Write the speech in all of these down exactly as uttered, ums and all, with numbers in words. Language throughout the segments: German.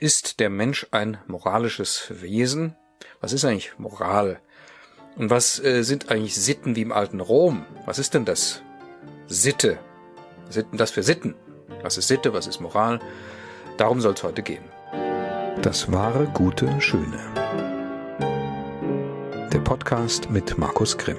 Ist der Mensch ein moralisches Wesen? Was ist eigentlich Moral? Und was äh, sind eigentlich Sitten wie im alten Rom? Was ist denn das? Sitte. Was sind denn das für Sitten? Was ist Sitte? Was ist Moral? Darum soll es heute gehen. Das wahre, gute, schöne. Der Podcast mit Markus Grimm.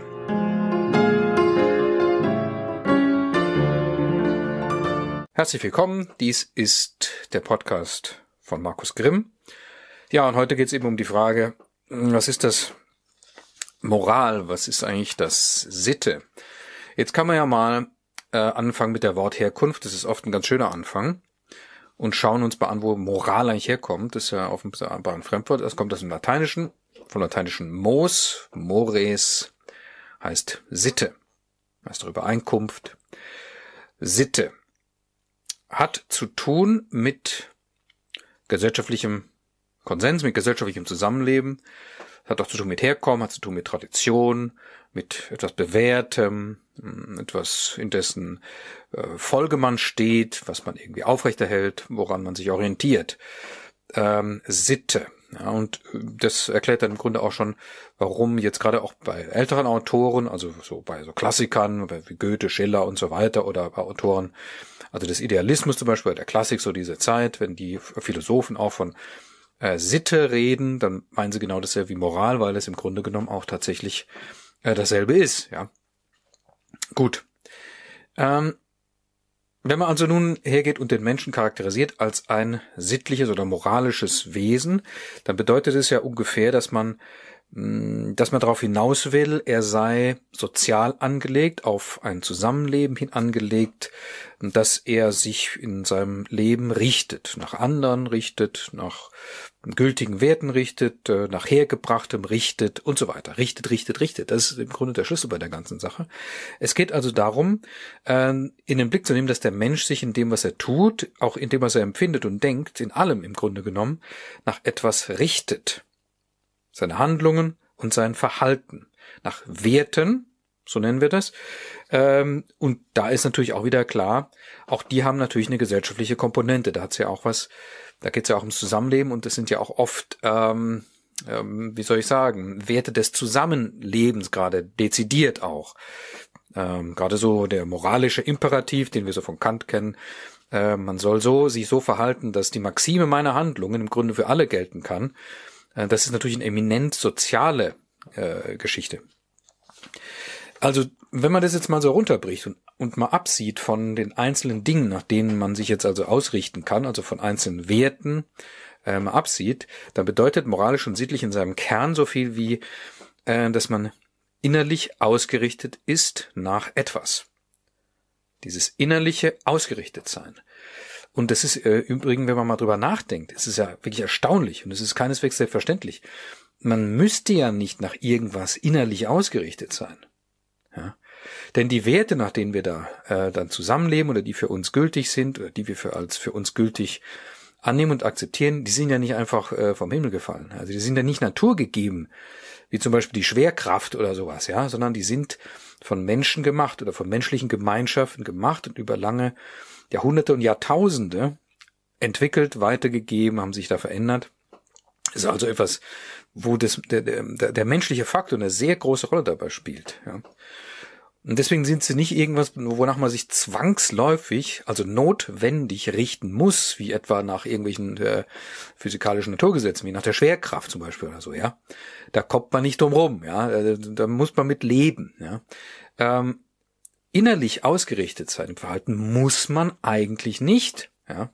Herzlich willkommen. Dies ist der Podcast von Markus Grimm. Ja, und heute geht es eben um die Frage, was ist das Moral? Was ist eigentlich das Sitte? Jetzt kann man ja mal äh, anfangen mit der Wortherkunft. Das ist oft ein ganz schöner Anfang. Und schauen uns mal an, wo Moral eigentlich herkommt. Das ist ja offenbar ein Fremdwort. Das kommt aus dem Lateinischen, vom Lateinischen mos, mores, heißt Sitte, heißt Übereinkunft. Sitte hat zu tun mit gesellschaftlichem Konsens, mit gesellschaftlichem Zusammenleben, hat auch zu tun mit Herkommen, hat zu tun mit Tradition, mit etwas Bewährtem, etwas, in dessen äh, Folge man steht, was man irgendwie aufrechterhält, woran man sich orientiert. Ähm, Sitte. Ja, und das erklärt dann im Grunde auch schon, warum jetzt gerade auch bei älteren Autoren, also so bei so Klassikern, wie Goethe, Schiller und so weiter, oder bei Autoren, also des Idealismus zum Beispiel, der Klassik, so diese Zeit, wenn die Philosophen auch von äh, Sitte reden, dann meinen sie genau dasselbe wie Moral, weil es im Grunde genommen auch tatsächlich äh, dasselbe ist. Ja, gut. Ähm, wenn man also nun hergeht und den Menschen charakterisiert als ein sittliches oder moralisches Wesen, dann bedeutet es ja ungefähr, dass man dass man darauf hinaus will, er sei sozial angelegt, auf ein Zusammenleben hin angelegt, dass er sich in seinem Leben richtet, nach anderen richtet, nach gültigen Werten richtet, nach Hergebrachtem richtet und so weiter. Richtet, richtet, richtet. Das ist im Grunde der Schlüssel bei der ganzen Sache. Es geht also darum, in den Blick zu nehmen, dass der Mensch sich in dem, was er tut, auch in dem, was er empfindet und denkt, in allem im Grunde genommen, nach etwas richtet. Seine Handlungen und sein Verhalten. Nach Werten, so nennen wir das. Und da ist natürlich auch wieder klar, auch die haben natürlich eine gesellschaftliche Komponente. Da hat's ja auch was, da geht's ja auch ums Zusammenleben und das sind ja auch oft, ähm, ähm, wie soll ich sagen, Werte des Zusammenlebens gerade dezidiert auch. Ähm, gerade so der moralische Imperativ, den wir so von Kant kennen. Äh, man soll so sich so verhalten, dass die Maxime meiner Handlungen im Grunde für alle gelten kann. Das ist natürlich eine eminent soziale äh, Geschichte. Also, wenn man das jetzt mal so runterbricht und, und mal absieht von den einzelnen Dingen, nach denen man sich jetzt also ausrichten kann, also von einzelnen Werten äh, mal absieht, dann bedeutet moralisch und sittlich in seinem Kern so viel wie, äh, dass man innerlich ausgerichtet ist nach etwas. Dieses innerliche Ausgerichtetsein. Und das ist äh, übrigens, wenn man mal drüber nachdenkt, ist es ja wirklich erstaunlich und es ist keineswegs selbstverständlich. Man müsste ja nicht nach irgendwas innerlich ausgerichtet sein. Ja? Denn die Werte, nach denen wir da äh, dann zusammenleben oder die für uns gültig sind oder die wir für als für uns gültig annehmen und akzeptieren, die sind ja nicht einfach äh, vom Himmel gefallen. Also die sind ja nicht naturgegeben, wie zum Beispiel die Schwerkraft oder sowas, ja, sondern die sind von Menschen gemacht oder von menschlichen Gemeinschaften gemacht und über lange Jahrhunderte und Jahrtausende entwickelt, weitergegeben, haben sich da verändert. Das ist also etwas, wo das, der, der, der menschliche Faktor eine sehr große Rolle dabei spielt. Ja. Und deswegen sind sie nicht irgendwas, wonach man sich zwangsläufig, also notwendig richten muss, wie etwa nach irgendwelchen äh, physikalischen Naturgesetzen, wie nach der Schwerkraft zum Beispiel oder so. Ja, da kommt man nicht drum rum. Ja, da, da muss man mit leben. Ja. Ähm, Innerlich ausgerichtet sein im Verhalten muss man eigentlich nicht, ja,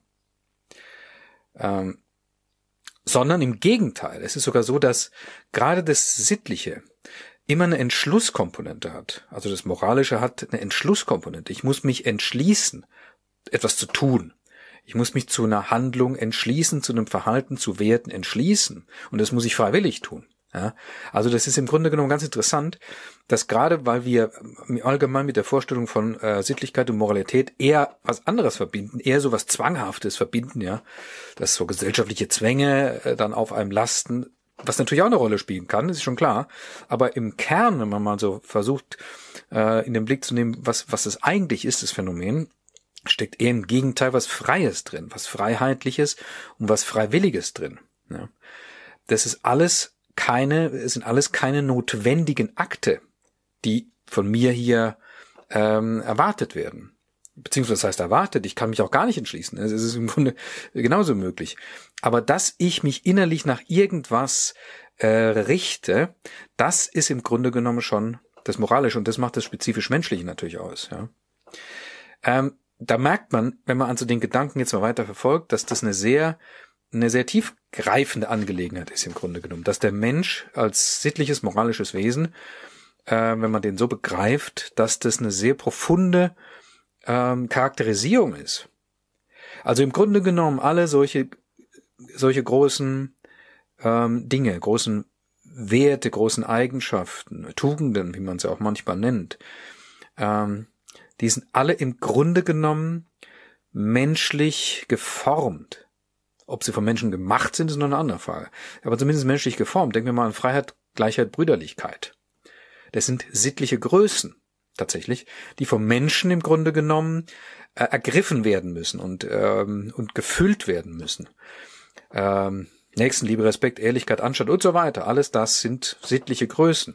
ähm, sondern im Gegenteil. Es ist sogar so, dass gerade das Sittliche immer eine Entschlusskomponente hat. Also das Moralische hat eine Entschlusskomponente. Ich muss mich entschließen, etwas zu tun. Ich muss mich zu einer Handlung entschließen, zu einem Verhalten, zu Werten entschließen. Und das muss ich freiwillig tun. Ja, also das ist im Grunde genommen ganz interessant, dass gerade weil wir allgemein mit der Vorstellung von äh, Sittlichkeit und Moralität eher was anderes verbinden, eher so was Zwanghaftes verbinden, ja, dass so gesellschaftliche Zwänge äh, dann auf einem lasten, was natürlich auch eine Rolle spielen kann, das ist schon klar, aber im Kern, wenn man mal so versucht, äh, in den Blick zu nehmen, was was es eigentlich ist, das Phänomen, steckt eher im Gegenteil was Freies drin, was Freiheitliches und was Freiwilliges drin. Ja. Das ist alles keine, es sind alles keine notwendigen Akte, die von mir hier ähm, erwartet werden. Beziehungsweise das heißt erwartet, ich kann mich auch gar nicht entschließen. Es ist im Grunde genauso möglich. Aber dass ich mich innerlich nach irgendwas äh, richte, das ist im Grunde genommen schon das Moralische und das macht das spezifisch Menschliche natürlich aus. Ja. Ähm, da merkt man, wenn man also den Gedanken jetzt mal weiter verfolgt, dass das eine sehr, eine sehr tiefgreifende Angelegenheit ist im Grunde genommen. Dass der Mensch als sittliches, moralisches Wesen, äh, wenn man den so begreift, dass das eine sehr profunde ähm, Charakterisierung ist. Also im Grunde genommen alle solche, solche großen ähm, Dinge, großen Werte, großen Eigenschaften, Tugenden, wie man sie auch manchmal nennt, ähm, die sind alle im Grunde genommen menschlich geformt. Ob sie vom Menschen gemacht sind, ist noch eine andere Frage. Aber zumindest menschlich geformt. Denken wir mal an Freiheit, Gleichheit, Brüderlichkeit. Das sind sittliche Größen, tatsächlich, die vom Menschen im Grunde genommen äh, ergriffen werden müssen und, ähm, und gefüllt werden müssen. Ähm, Nächstenliebe, Respekt, Ehrlichkeit, Anstand und so weiter. Alles das sind sittliche Größen.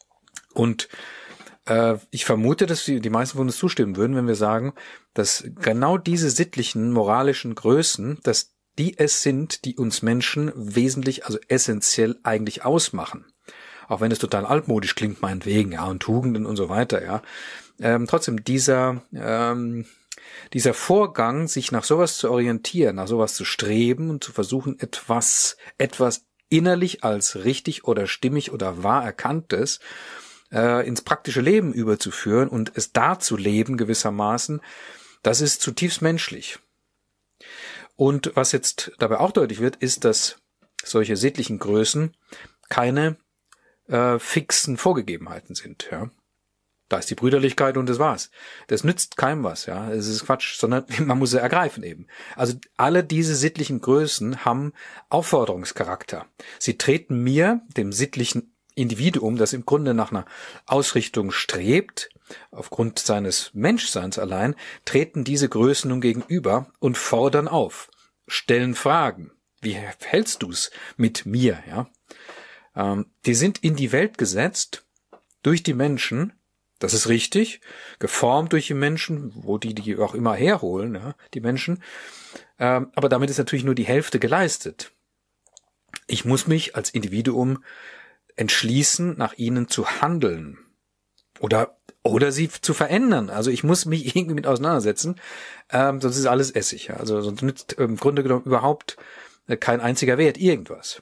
Und äh, ich vermute, dass die, die meisten von uns zustimmen würden, wenn wir sagen, dass genau diese sittlichen, moralischen Größen, dass die es sind, die uns Menschen wesentlich, also essentiell eigentlich ausmachen. Auch wenn es total altmodisch klingt, meinetwegen, ja, und Tugenden und so weiter, ja. Ähm, trotzdem, dieser, ähm, dieser Vorgang, sich nach sowas zu orientieren, nach sowas zu streben und zu versuchen, etwas, etwas innerlich als richtig oder stimmig oder wahr Erkanntes äh, ins praktische Leben überzuführen und es da zu leben gewissermaßen, das ist zutiefst menschlich. Und was jetzt dabei auch deutlich wird, ist, dass solche sittlichen Größen keine äh, fixen Vorgegebenheiten sind. Ja, da ist die Brüderlichkeit und das war's. Das nützt keinem was. Ja, es ist Quatsch, sondern man muss sie ergreifen eben. Also alle diese sittlichen Größen haben Aufforderungscharakter. Sie treten mir, dem sittlichen Individuum, das im Grunde nach einer Ausrichtung strebt, aufgrund seines Menschseins allein, treten diese Größen nun gegenüber und fordern auf, stellen Fragen. Wie hältst du's mit mir? Ja, ähm, die sind in die Welt gesetzt durch die Menschen. Das ist richtig, geformt durch die Menschen, wo die die auch immer herholen, ja, die Menschen. Ähm, aber damit ist natürlich nur die Hälfte geleistet. Ich muss mich als Individuum entschließen, nach ihnen zu handeln oder oder sie zu verändern. Also ich muss mich irgendwie mit auseinandersetzen, ähm, sonst ist alles Essig. Ja. Also sonst nützt im Grunde genommen überhaupt kein einziger Wert irgendwas.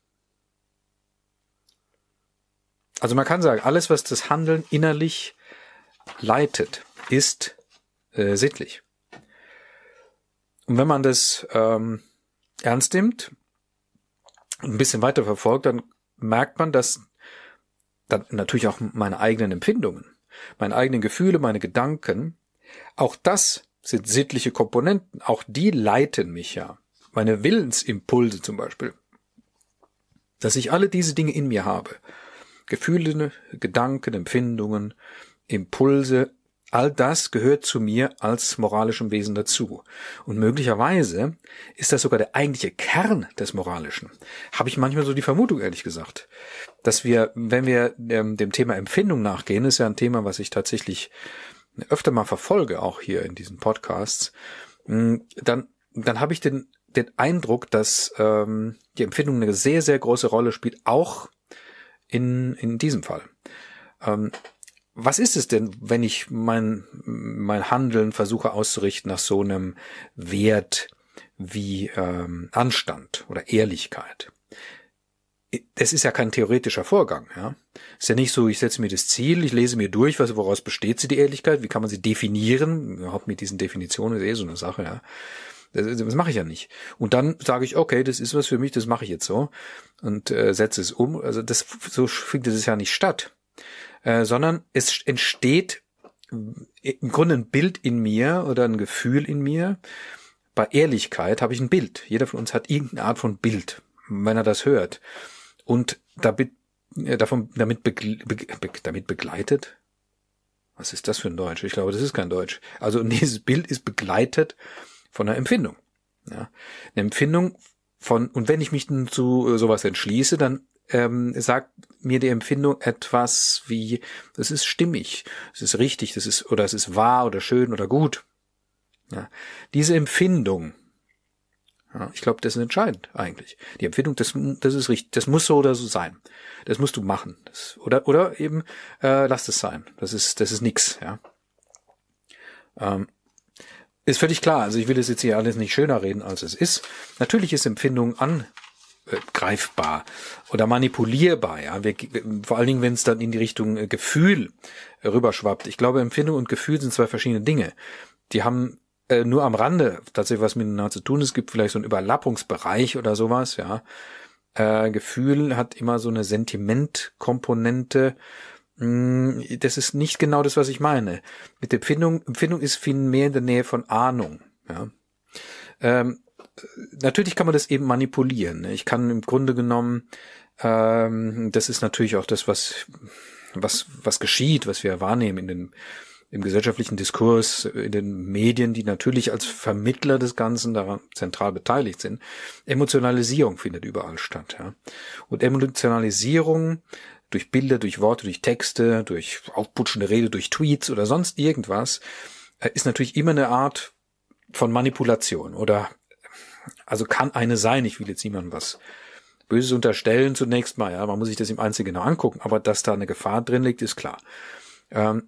Also man kann sagen, alles, was das Handeln innerlich leitet, ist äh, sittlich. Und wenn man das ähm, ernst nimmt und ein bisschen weiter verfolgt, dann merkt man, dass dann natürlich auch meine eigenen Empfindungen, meine eigenen Gefühle, meine Gedanken, auch das sind sittliche Komponenten, auch die leiten mich ja. Meine Willensimpulse zum Beispiel, dass ich alle diese Dinge in mir habe. Gefühle, Gedanken, Empfindungen, Impulse, all das gehört zu mir als moralischem Wesen dazu. Und möglicherweise ist das sogar der eigentliche Kern des Moralischen. Habe ich manchmal so die Vermutung, ehrlich gesagt, dass wir, wenn wir ähm, dem Thema Empfindung nachgehen, ist ja ein Thema, was ich tatsächlich öfter mal verfolge, auch hier in diesen Podcasts, mh, dann, dann habe ich den, den Eindruck, dass ähm, die Empfindung eine sehr, sehr große Rolle spielt, auch in in diesem Fall. Ähm, was ist es denn, wenn ich mein mein Handeln versuche auszurichten nach so einem Wert wie ähm, Anstand oder Ehrlichkeit? Das ist ja kein theoretischer Vorgang. Ja, ist ja nicht so, ich setze mir das Ziel, ich lese mir durch, was woraus besteht sie die Ehrlichkeit, wie kann man sie definieren? Überhaupt mit diesen Definitionen ist eh so eine Sache. Ja. Das, das mache ich ja nicht. Und dann sage ich, okay, das ist was für mich, das mache ich jetzt so und äh, setze es um. Also das so findet es ja nicht statt, äh, sondern es entsteht im Grunde ein Bild in mir oder ein Gefühl in mir. Bei Ehrlichkeit habe ich ein Bild. Jeder von uns hat irgendeine Art von Bild, wenn er das hört. Und damit, äh, davon, damit, begle, be, be, damit begleitet, Was ist das für ein Deutsch? Ich glaube, das ist kein Deutsch. Also dieses Bild ist begleitet von einer Empfindung. Ja, eine Empfindung von, und wenn ich mich zu sowas entschließe, dann ähm, sagt mir die Empfindung etwas wie, das ist stimmig, das ist richtig, das ist, oder es ist wahr oder schön oder gut. Ja, diese Empfindung, ja, ich glaube, das ist entscheidend eigentlich. Die Empfindung, das, das ist richtig, das muss so oder so sein. Das musst du machen. Das, oder oder eben äh, lass es sein. Das ist das ist nix. Ja, ähm, ist völlig klar. Also ich will es jetzt hier alles nicht schöner reden, als es ist. Natürlich ist Empfindung angreifbar oder manipulierbar. Ja, Wir, vor allen Dingen, wenn es dann in die Richtung äh, Gefühl äh, rüberschwappt. Ich glaube, Empfindung und Gefühl sind zwei verschiedene Dinge. Die haben äh, nur am Rande tatsächlich was miteinander zu tun. Es gibt vielleicht so einen Überlappungsbereich oder sowas. Ja. Äh, Gefühl hat immer so eine Sentimentkomponente. Das ist nicht genau das, was ich meine. Mit Empfindung, Empfindung ist viel mehr in der Nähe von Ahnung. Ja. Ähm, natürlich kann man das eben manipulieren. Ich kann im Grunde genommen, ähm, das ist natürlich auch das, was was was geschieht, was wir wahrnehmen in den im gesellschaftlichen Diskurs, in den Medien, die natürlich als Vermittler des Ganzen daran zentral beteiligt sind. Emotionalisierung findet überall statt. Ja. Und Emotionalisierung durch Bilder, durch Worte, durch Texte, durch aufputschende Rede, durch Tweets oder sonst irgendwas, ist natürlich immer eine Art von Manipulation oder, also kann eine sein. Ich will jetzt niemandem was Böses unterstellen zunächst mal, ja, man muss sich das im Einzelnen genau angucken, aber dass da eine Gefahr drin liegt, ist klar. Ähm,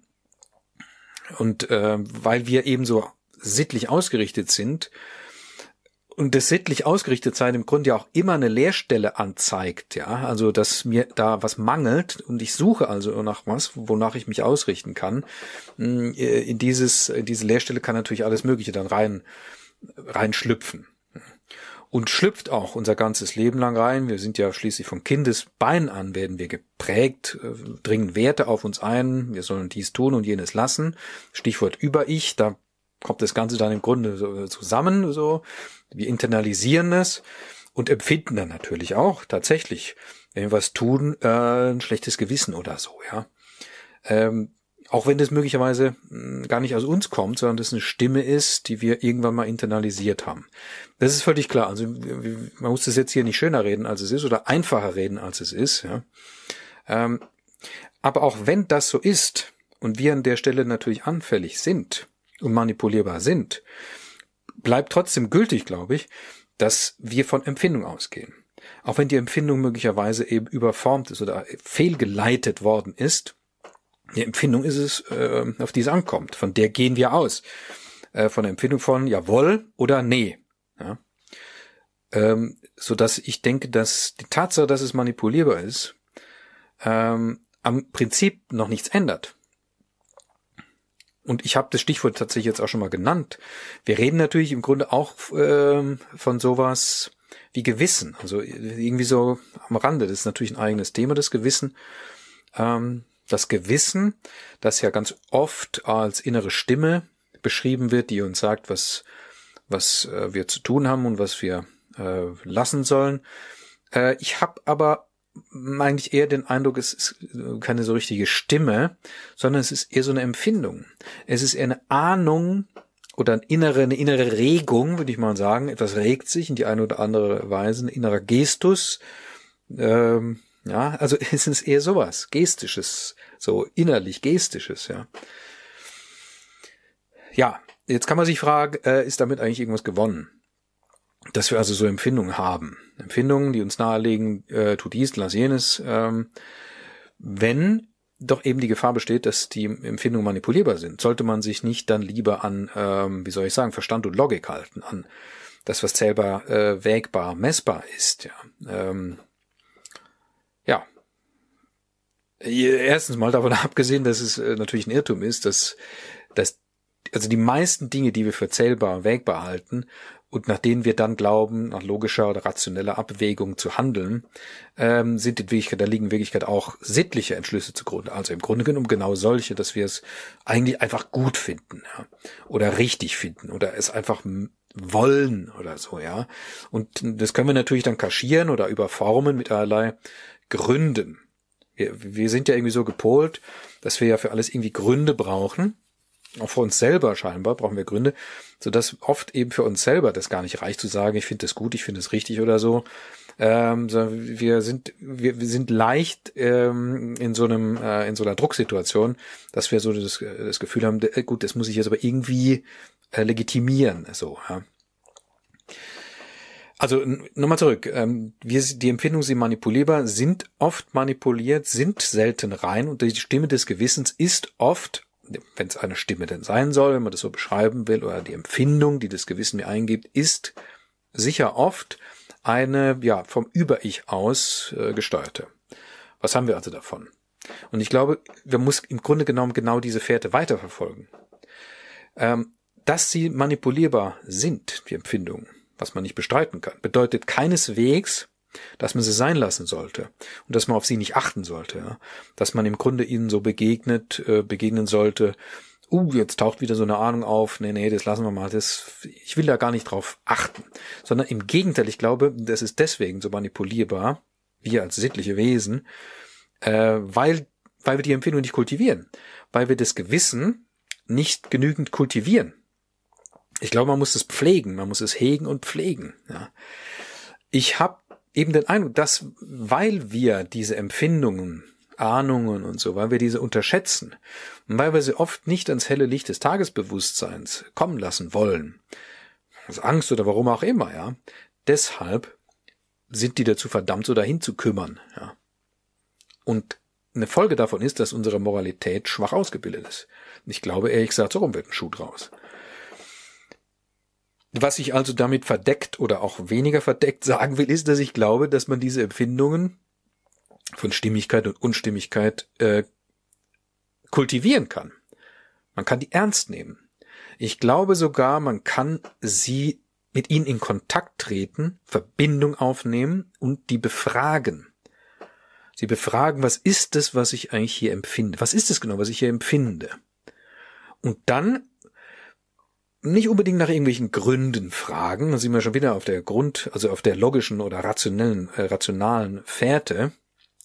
und äh, weil wir eben so sittlich ausgerichtet sind, und das sittlich ausgerichtet sein im Grunde ja auch immer eine Leerstelle anzeigt, ja, also dass mir da was mangelt und ich suche also nach was, wonach ich mich ausrichten kann. In dieses, in diese Leerstelle kann natürlich alles Mögliche dann rein, reinschlüpfen. Und schlüpft auch unser ganzes Leben lang rein. Wir sind ja schließlich von Kindesbein an werden wir geprägt, dringen Werte auf uns ein, wir sollen dies tun und jenes lassen. Stichwort Über-Ich, da kommt das Ganze dann im Grunde so zusammen, so. Wir internalisieren es und empfinden dann natürlich auch tatsächlich, wenn wir was tun, äh, ein schlechtes Gewissen oder so, ja. Ähm, auch wenn das möglicherweise mh, gar nicht aus uns kommt, sondern das eine Stimme ist, die wir irgendwann mal internalisiert haben. Das ist völlig klar. Also man muss das jetzt hier nicht schöner reden, als es ist, oder einfacher reden, als es ist, ja. Ähm, aber auch wenn das so ist und wir an der Stelle natürlich anfällig sind und manipulierbar sind, bleibt trotzdem gültig, glaube ich, dass wir von Empfindung ausgehen. Auch wenn die Empfindung möglicherweise eben überformt ist oder fehlgeleitet worden ist, die Empfindung ist es, äh, auf die es ankommt. Von der gehen wir aus. Äh, von der Empfindung von jawohl oder nee. Ja? Ähm, so dass ich denke, dass die Tatsache, dass es manipulierbar ist, ähm, am Prinzip noch nichts ändert. Und ich habe das Stichwort tatsächlich jetzt auch schon mal genannt. Wir reden natürlich im Grunde auch äh, von sowas wie Gewissen. Also irgendwie so am Rande. Das ist natürlich ein eigenes Thema, das Gewissen. Ähm, das Gewissen, das ja ganz oft als innere Stimme beschrieben wird, die uns sagt, was was äh, wir zu tun haben und was wir äh, lassen sollen. Äh, ich habe aber eigentlich eher den Eindruck, es ist keine so richtige Stimme, sondern es ist eher so eine Empfindung. Es ist eher eine Ahnung oder eine innere, eine innere Regung, würde ich mal sagen. Etwas regt sich in die eine oder andere Weise, ein innerer Gestus. Ähm, ja, also es ist eher sowas, Gestisches, so innerlich Gestisches, ja. Ja, jetzt kann man sich fragen, äh, ist damit eigentlich irgendwas gewonnen? Dass wir also so Empfindungen haben. Empfindungen, die uns nahelegen, äh, tu dies, lass jenes. Ähm, wenn doch eben die Gefahr besteht, dass die Empfindungen manipulierbar sind, sollte man sich nicht dann lieber an, ähm, wie soll ich sagen, Verstand und Logik halten, an das, was zählbar, äh, wägbar, messbar ist. Ja. Ähm, ja. Erstens mal davon abgesehen, dass es äh, natürlich ein Irrtum ist, dass, dass also die meisten Dinge, die wir für zählbar, wägbar halten, und nach denen wir dann glauben, nach logischer oder rationeller Abwägung zu handeln, ähm, sind in Wirklichkeit, da liegen in Wirklichkeit auch sittliche Entschlüsse zugrunde. Also im Grunde genommen genau solche, dass wir es eigentlich einfach gut finden, ja, oder richtig finden oder es einfach wollen oder so, ja. Und das können wir natürlich dann kaschieren oder überformen mit allerlei Gründen. Wir, wir sind ja irgendwie so gepolt, dass wir ja für alles irgendwie Gründe brauchen. Auch für uns selber scheinbar brauchen wir Gründe, sodass oft eben für uns selber das gar nicht reicht zu sagen, ich finde das gut, ich finde es richtig oder so. Ähm, sondern wir sind wir, wir sind leicht ähm, in so einem äh, in so einer Drucksituation, dass wir so das, das Gefühl haben, äh, gut, das muss ich jetzt aber irgendwie äh, legitimieren. So, ja. Also nochmal zurück. Ähm, wir, die Empfindungen sind manipulierbar, sind oft manipuliert, sind selten rein und die Stimme des Gewissens ist oft, wenn es eine Stimme denn sein soll, wenn man das so beschreiben will, oder die Empfindung, die das Gewissen mir eingibt, ist sicher oft eine, ja, vom Über-Ich aus äh, gesteuerte. Was haben wir also davon? Und ich glaube, wir muss im Grunde genommen genau diese Fährte weiterverfolgen. Ähm, dass sie manipulierbar sind, die Empfindungen, was man nicht bestreiten kann, bedeutet keineswegs, dass man sie sein lassen sollte und dass man auf sie nicht achten sollte, ja? Dass man im Grunde ihnen so begegnet, äh, begegnen sollte, uh, jetzt taucht wieder so eine Ahnung auf, nee, nee, das lassen wir mal, das, ich will da gar nicht drauf achten, sondern im Gegenteil, ich glaube, das ist deswegen so manipulierbar, wir als sittliche Wesen, äh, weil, weil wir die Empfindung nicht kultivieren, weil wir das Gewissen nicht genügend kultivieren. Ich glaube, man muss es pflegen, man muss es hegen und pflegen, ja. Ich habe eben den Eindruck, dass, weil wir diese Empfindungen, Ahnungen und so, weil wir diese unterschätzen und weil wir sie oft nicht ans helle Licht des Tagesbewusstseins kommen lassen wollen, aus Angst oder warum auch immer, ja, deshalb sind die dazu verdammt, so dahin zu kümmern, ja. Und eine Folge davon ist, dass unsere Moralität schwach ausgebildet ist. Ich glaube, ehrlich gesagt, so rum wird ein Schuh draus. Was ich also damit verdeckt oder auch weniger verdeckt sagen will, ist, dass ich glaube, dass man diese Empfindungen von Stimmigkeit und Unstimmigkeit äh, kultivieren kann. Man kann die ernst nehmen. Ich glaube sogar, man kann sie mit ihnen in Kontakt treten, Verbindung aufnehmen und die befragen. Sie befragen, was ist es, was ich eigentlich hier empfinde? Was ist es genau, was ich hier empfinde? Und dann nicht unbedingt nach irgendwelchen Gründen fragen, da sind wir schon wieder auf der Grund, also auf der logischen oder rationellen, äh, rationalen Fährte.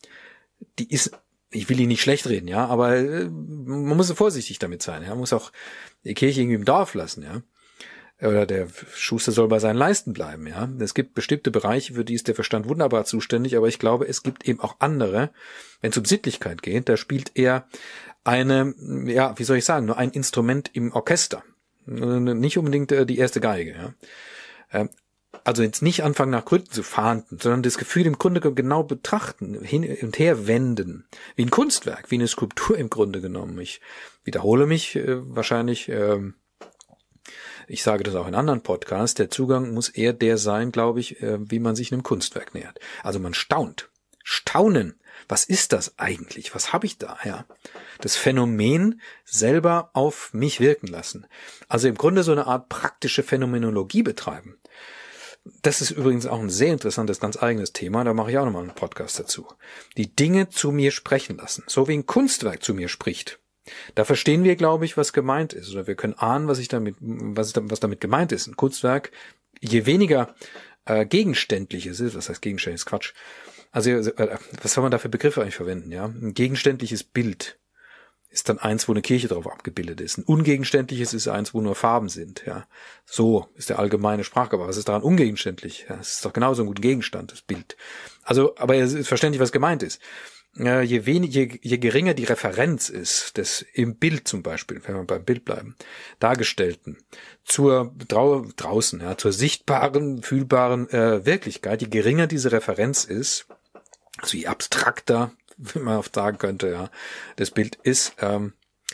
Die ist, ich will ihn nicht schlecht reden, ja, aber äh, man muss vorsichtig damit sein, ja, man muss auch die Kirche irgendwie im Dorf lassen, ja, oder der Schuster soll bei seinen Leisten bleiben, ja. Es gibt bestimmte Bereiche, für die ist der Verstand wunderbar zuständig, aber ich glaube, es gibt eben auch andere, wenn es um Sittlichkeit geht, da spielt er eine, ja, wie soll ich sagen, nur ein Instrument im Orchester. Nicht unbedingt äh, die erste Geige, ja. Ähm, also jetzt nicht anfangen nach Gründen zu fahnden, sondern das Gefühl im Grunde genau betrachten, hin und her wenden, wie ein Kunstwerk, wie eine Skulptur im Grunde genommen. Ich wiederhole mich äh, wahrscheinlich, äh, ich sage das auch in anderen Podcasts, der Zugang muss eher der sein, glaube ich, äh, wie man sich einem Kunstwerk nähert. Also man staunt. Staunen. Was ist das eigentlich? Was habe ich da? Ja, das Phänomen selber auf mich wirken lassen. Also im Grunde so eine Art praktische Phänomenologie betreiben. Das ist übrigens auch ein sehr interessantes, ganz eigenes Thema. Da mache ich auch nochmal einen Podcast dazu. Die Dinge zu mir sprechen lassen. So wie ein Kunstwerk zu mir spricht. Da verstehen wir, glaube ich, was gemeint ist. Oder wir können ahnen, was ich damit, was, was damit gemeint ist. Ein Kunstwerk, je weniger äh, gegenständliches ist, was heißt gegenständliches Quatsch, also was soll man da für Begriffe eigentlich verwenden, ja? Ein gegenständliches Bild ist dann eins, wo eine Kirche drauf abgebildet ist. Ein ungegenständliches ist eins, wo nur Farben sind, ja. So ist der allgemeine Sprachgebrauch. Was ist daran ungegenständlich? Ja, es ist doch genauso ein guter Gegenstand, das Bild. Also, aber es ist verständlich, was gemeint ist. Äh, je wenig, je, je geringer die Referenz ist, des im Bild zum Beispiel, wenn wir beim Bild bleiben, dargestellten, zur drau, draußen, ja, zur sichtbaren, fühlbaren äh, Wirklichkeit, je geringer diese Referenz ist, also je abstrakter, wie man oft sagen könnte, ja, das Bild ist, ähm,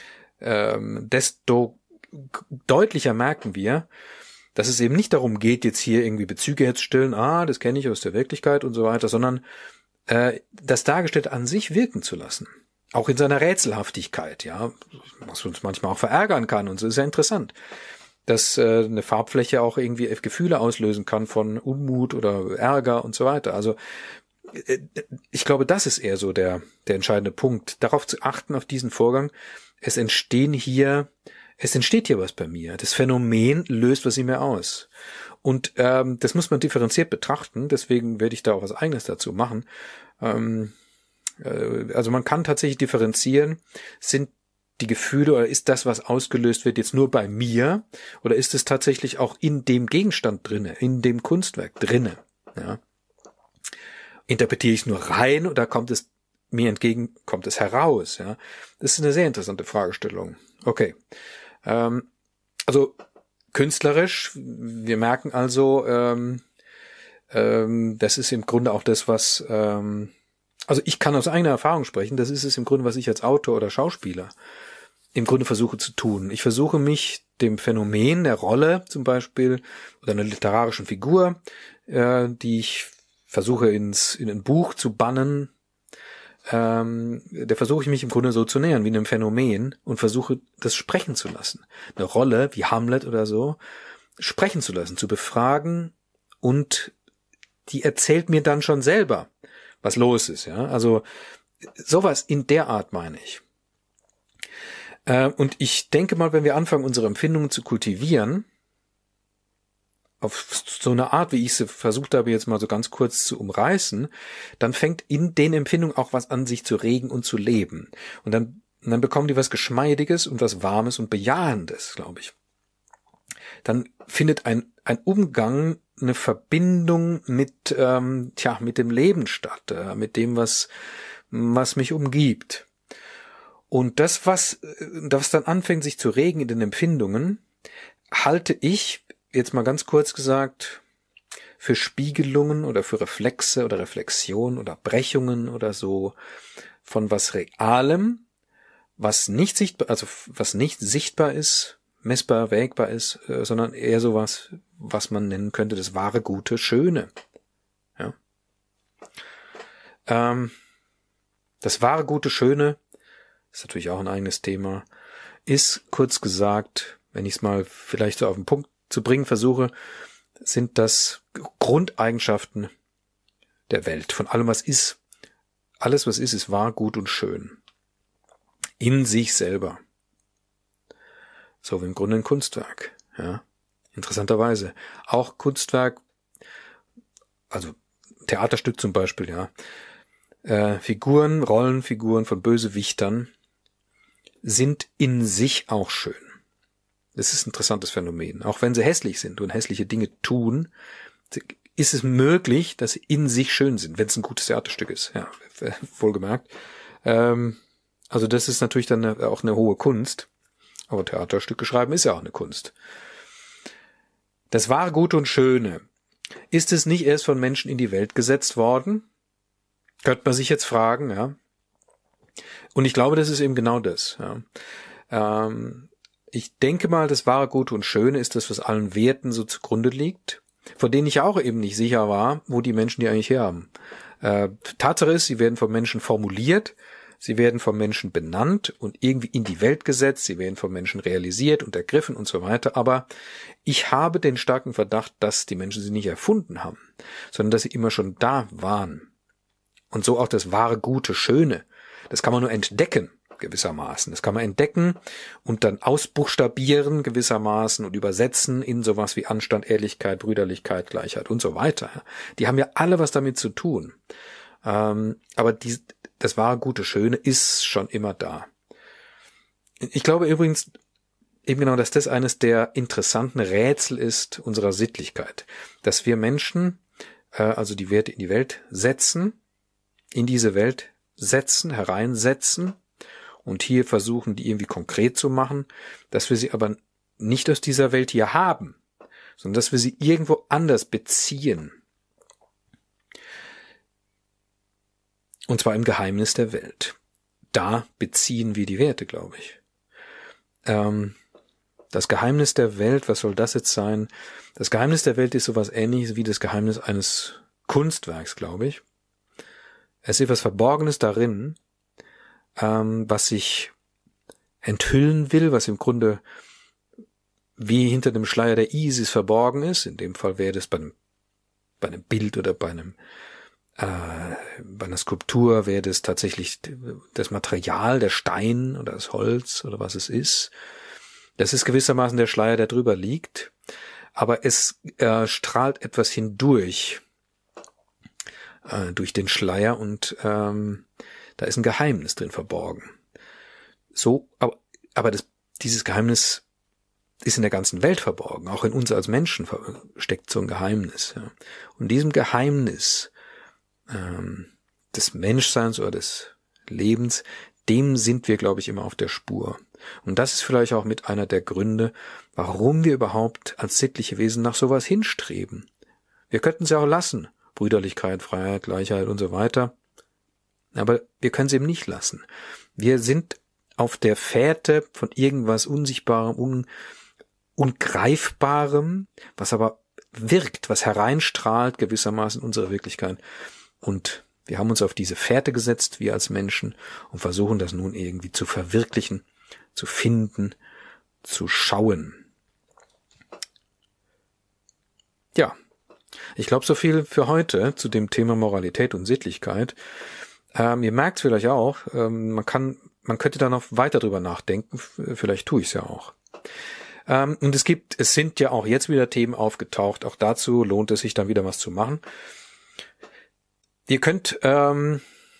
ähm, desto deutlicher merken wir, dass es eben nicht darum geht, jetzt hier irgendwie Bezüge herzustellen, ah, das kenne ich aus der Wirklichkeit und so weiter, sondern äh, das Dargestellte an sich wirken zu lassen. Auch in seiner Rätselhaftigkeit, ja, was uns manchmal auch verärgern kann und so, ist ja interessant, dass äh, eine Farbfläche auch irgendwie Gefühle auslösen kann von Unmut oder Ärger und so weiter. Also ich glaube, das ist eher so der der entscheidende Punkt, darauf zu achten, auf diesen Vorgang. Es entstehen hier, es entsteht hier was bei mir. Das Phänomen löst was in mir aus. Und ähm, das muss man differenziert betrachten, deswegen werde ich da auch was Eigenes dazu machen. Ähm, Äh, also man kann tatsächlich differenzieren, sind die Gefühle oder ist das, was ausgelöst wird, jetzt nur bei mir oder ist es tatsächlich auch in dem Gegenstand drinne, in dem Kunstwerk drinne? Ja. Interpretiere ich es nur rein oder kommt es mir entgegen, kommt es heraus? Ja, das ist eine sehr interessante Fragestellung. Okay, ähm, also künstlerisch, wir merken also, ähm, ähm, das ist im Grunde auch das, was, ähm, also ich kann aus eigener Erfahrung sprechen, das ist es im Grunde, was ich als Autor oder Schauspieler im Grunde versuche zu tun. Ich versuche mich dem Phänomen der Rolle zum Beispiel oder einer literarischen Figur, äh, die ich versuche ins in ein Buch zu bannen, ähm, der versuche ich mich im Grunde so zu nähern wie einem Phänomen und versuche das sprechen zu lassen. Eine Rolle wie Hamlet oder so sprechen zu lassen, zu befragen und die erzählt mir dann schon selber, was los ist. Ja, also sowas in der Art meine ich. Äh, und ich denke mal, wenn wir anfangen, unsere Empfindungen zu kultivieren, auf so eine Art, wie ich sie versucht habe, jetzt mal so ganz kurz zu umreißen, dann fängt in den Empfindungen auch was an, sich zu regen und zu leben. Und dann, und dann bekommen die was Geschmeidiges und was Warmes und Bejahendes, glaube ich. Dann findet ein, ein Umgang, eine Verbindung mit, ähm, tja, mit dem Leben statt, äh, mit dem, was, was mich umgibt. Und das, was, das dann anfängt, sich zu regen in den Empfindungen, halte ich, jetzt mal ganz kurz gesagt, für Spiegelungen oder für Reflexe oder Reflexion oder Brechungen oder so von was Realem, was nicht sichtbar, also was nicht sichtbar ist, messbar, wägbar ist, äh, sondern eher sowas, was man nennen könnte, das wahre, gute, Schöne. Ja. Ähm, das wahre, gute, Schöne ist natürlich auch ein eigenes Thema, ist kurz gesagt, wenn ich es mal vielleicht so auf den Punkt zu bringen versuche, sind das Grundeigenschaften der Welt, von allem, was ist. Alles, was ist, ist wahr, gut und schön. In sich selber. So wie im Grunde ein Kunstwerk. Ja, interessanterweise. Auch Kunstwerk, also Theaterstück zum Beispiel, ja. Äh, Figuren, Rollenfiguren von Bösewichtern sind in sich auch schön. Das ist ein interessantes Phänomen. Auch wenn sie hässlich sind und hässliche Dinge tun, ist es möglich, dass sie in sich schön sind, wenn es ein gutes Theaterstück ist. Ja, wohlgemerkt. Ähm, also das ist natürlich dann eine, auch eine hohe Kunst. Aber Theaterstücke schreiben ist ja auch eine Kunst. Das wahre, Gute und Schöne. Ist es nicht erst von Menschen in die Welt gesetzt worden? Könnte man sich jetzt fragen, ja. Und ich glaube, das ist eben genau das. Ja. Ähm, Ich denke mal, das wahre, Gute und Schöne ist das, was allen Werten so zugrunde liegt, von denen ich auch eben nicht sicher war, wo die Menschen die eigentlich herhaben. Äh, Tatsache ist, sie werden von Menschen formuliert, sie werden von Menschen benannt und irgendwie in die Welt gesetzt, sie werden von Menschen realisiert und ergriffen und so weiter, aber ich habe den starken Verdacht, dass die Menschen sie nicht erfunden haben, sondern dass sie immer schon da waren. Und so auch das wahre, Gute, Schöne, das kann man nur entdecken. Gewissermaßen. Das kann man entdecken und dann ausbuchstabieren gewissermaßen und übersetzen in sowas wie Anstand, Ehrlichkeit, Brüderlichkeit, Gleichheit und so weiter. Die haben ja alle was damit zu tun. Ähm, aber die, das wahre, Gute, Schöne ist schon immer da. Ich glaube übrigens eben genau, dass das eines der interessanten Rätsel ist unserer Sittlichkeit. Dass wir Menschen, äh, also die Werte in die Welt setzen, in diese Welt setzen, hereinsetzen, und hier versuchen, die irgendwie konkret zu machen, dass wir sie aber nicht aus dieser Welt hier haben, sondern dass wir sie irgendwo anders beziehen. Und zwar im Geheimnis der Welt. Da beziehen wir die Werte, glaube ich. Ähm, das Geheimnis der Welt, was soll das jetzt sein? Das Geheimnis der Welt ist sowas Ähnliches wie das Geheimnis eines Kunstwerks, glaube ich. Es ist etwas Verborgenes darin, Ähm, was sich enthüllen will, was im Grunde wie hinter dem Schleier der Isis verborgen ist. In dem Fall wäre das bei einem, bei einem Bild oder bei einem äh, bei einer Skulptur wäre das tatsächlich das Material, der Stein oder das Holz oder was es ist. Das ist gewissermaßen der Schleier, der drüber liegt, aber es äh, strahlt etwas hindurch äh, durch den Schleier und ähm, Da ist ein Geheimnis drin verborgen. So, aber, aber das, dieses Geheimnis ist in der ganzen Welt verborgen. Auch in uns als Menschen steckt so ein Geheimnis. Ja. Und diesem Geheimnis ähm, des Menschseins oder des Lebens, dem sind wir, glaube ich, immer auf der Spur. Und das ist vielleicht auch mit einer der Gründe, warum wir überhaupt als sittliche Wesen nach sowas hinstreben. Wir könnten es ja auch lassen. Brüderlichkeit, Freiheit, Gleichheit und so weiter. Aber wir können es eben nicht lassen. Wir sind auf der Fährte von irgendwas Unsichtbarem, un, Ungreifbarem, was aber wirkt, was hereinstrahlt gewissermaßen in unsere Wirklichkeit. Und wir haben uns auf diese Fährte gesetzt, wir als Menschen, und versuchen das nun irgendwie zu verwirklichen, zu finden, zu schauen. Ja, ich glaube, so viel für heute zu dem Thema Moralität und Sittlichkeit. Ähm, ihr merkt es vielleicht auch, ähm, man kann, man könnte da noch weiter drüber nachdenken, vielleicht tue ich es ja auch. Ähm, und es gibt, es sind ja auch jetzt wieder Themen aufgetaucht, auch dazu lohnt es sich dann wieder was zu machen. Ihr könnt, ähm,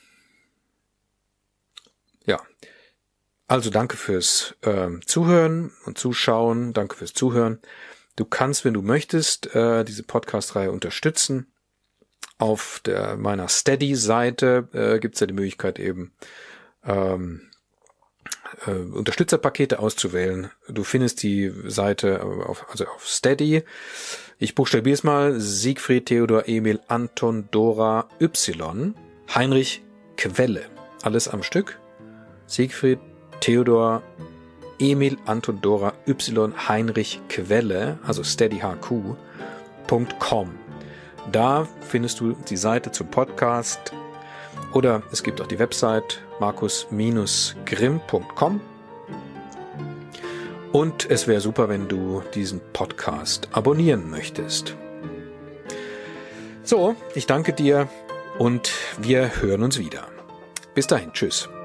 ja, also danke fürs ähm, Zuhören und Zuschauen, danke fürs Zuhören. Du kannst, wenn du möchtest, äh, diese Podcast-Reihe unterstützen. Auf der meiner Steady-Seite äh, gibt es ja die Möglichkeit eben ähm, äh, Unterstützerpakete auszuwählen. Du findest die Seite auf, also auf Steady. Ich buchstabiere es mal: Siegfried, Theodor, Emil, Anton, Dora, Y, Heinrich, Quelle. Alles am Stück. Siegfried, Theodor, Emil, Anton, Dora, Y, Heinrich, Quelle, also steadyhq punkt com. Da findest du die Seite zum Podcast oder es gibt auch die Website markus grimm punkt com. Und es wäre super, wenn du diesen Podcast abonnieren möchtest. So, ich danke dir und wir hören uns wieder. Bis dahin, tschüss.